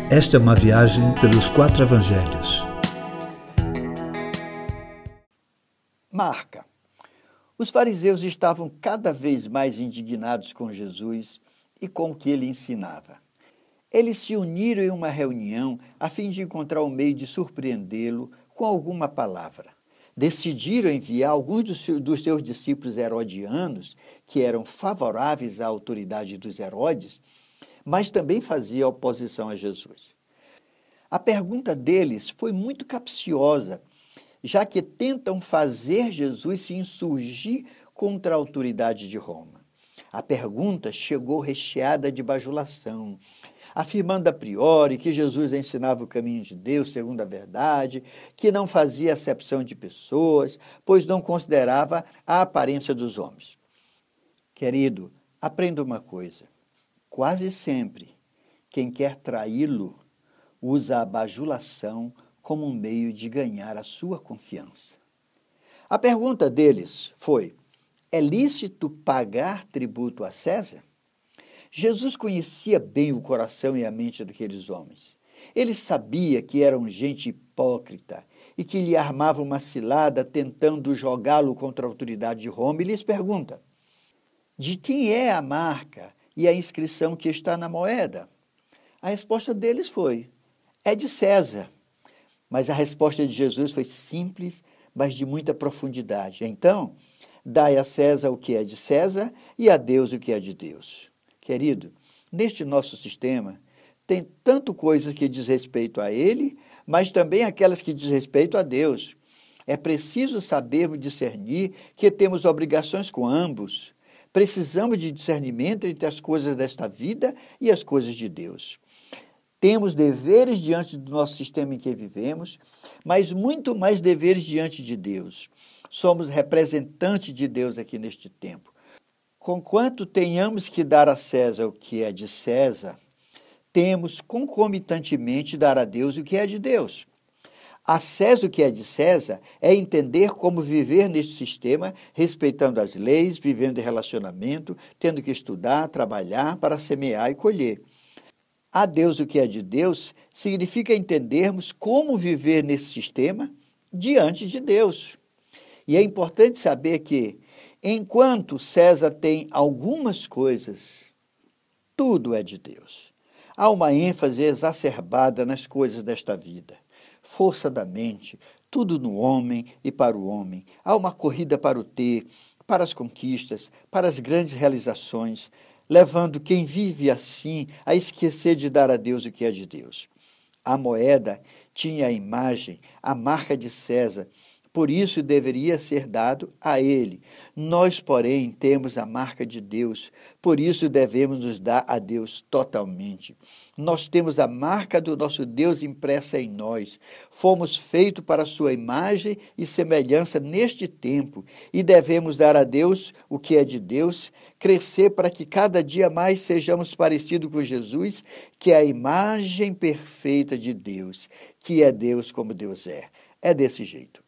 Esta é uma viagem pelos 4 evangelhos. Marca. Os fariseus estavam cada vez mais indignados com Jesus e com o que ele ensinava. Eles se uniram em uma reunião a fim de encontrar um meio de surpreendê-lo com alguma palavra. Decidiram enviar alguns dos seus discípulos herodianos, que eram favoráveis à autoridade dos Herodes, mas também faziam oposição a Jesus. A pergunta deles foi muito capciosa, já que tentam fazer Jesus se insurgir contra a autoridade de Roma. A pergunta chegou recheada de bajulação, afirmando a priori que Jesus ensinava o caminho de Deus segundo a verdade, que não fazia acepção de pessoas, pois não considerava a aparência dos homens. Querido, aprenda uma coisa. Quase sempre, quem quer traí-lo usa a bajulação como um meio de ganhar a sua confiança. A pergunta deles foi: é lícito pagar tributo a César? Jesus conhecia bem o coração e a mente daqueles homens. Ele sabia que eram gente hipócrita e que lhe armavam uma cilada tentando jogá-lo contra a autoridade de Roma e lhes pergunta: de quem é a marca e a inscrição que está na moeda? A resposta deles foi: é de César. Mas a resposta de Jesus foi simples, mas de muita profundidade. Então, dai a César o que é de César e a Deus o que é de Deus. Querido, neste nosso sistema, tem tanto coisas que diz respeito a ele, mas também aquelas que diz respeito a Deus. É preciso sabermos discernir que temos obrigações com ambos. Precisamos de discernimento entre as coisas desta vida e as coisas de Deus. Temos deveres diante do nosso sistema em que vivemos, mas muito mais deveres diante de Deus. Somos representantes de Deus aqui neste tempo. Conquanto tenhamos que dar a César o que é de César, temos concomitantemente dar a Deus o que é de Deus. A César o que é de César é entender como viver neste sistema, respeitando as leis, vivendo em relacionamento, tendo que estudar, trabalhar para semear e colher. A Deus o que é de Deus significa entendermos como viver nesse sistema diante de Deus. E é importante saber que, enquanto César tem algumas coisas, tudo é de Deus. Há uma ênfase exacerbada nas coisas desta vida. Força da mente, tudo no homem e para o homem. Há uma corrida para o ter, para as conquistas, para as grandes realizações, levando quem vive assim a esquecer de dar a Deus o que é de Deus. A moeda tinha a imagem, a marca de César, por isso deveria ser dado a ele. Nós, porém, temos a marca de Deus, por isso devemos nos dar a Deus totalmente. Nós temos a marca do nosso Deus impressa em nós. Fomos feitos para a sua imagem e semelhança neste tempo e devemos dar a Deus o que é de Deus, crescer para que cada dia mais sejamos parecidos com Jesus, que é a imagem perfeita de Deus, que é Deus como Deus é. É desse jeito.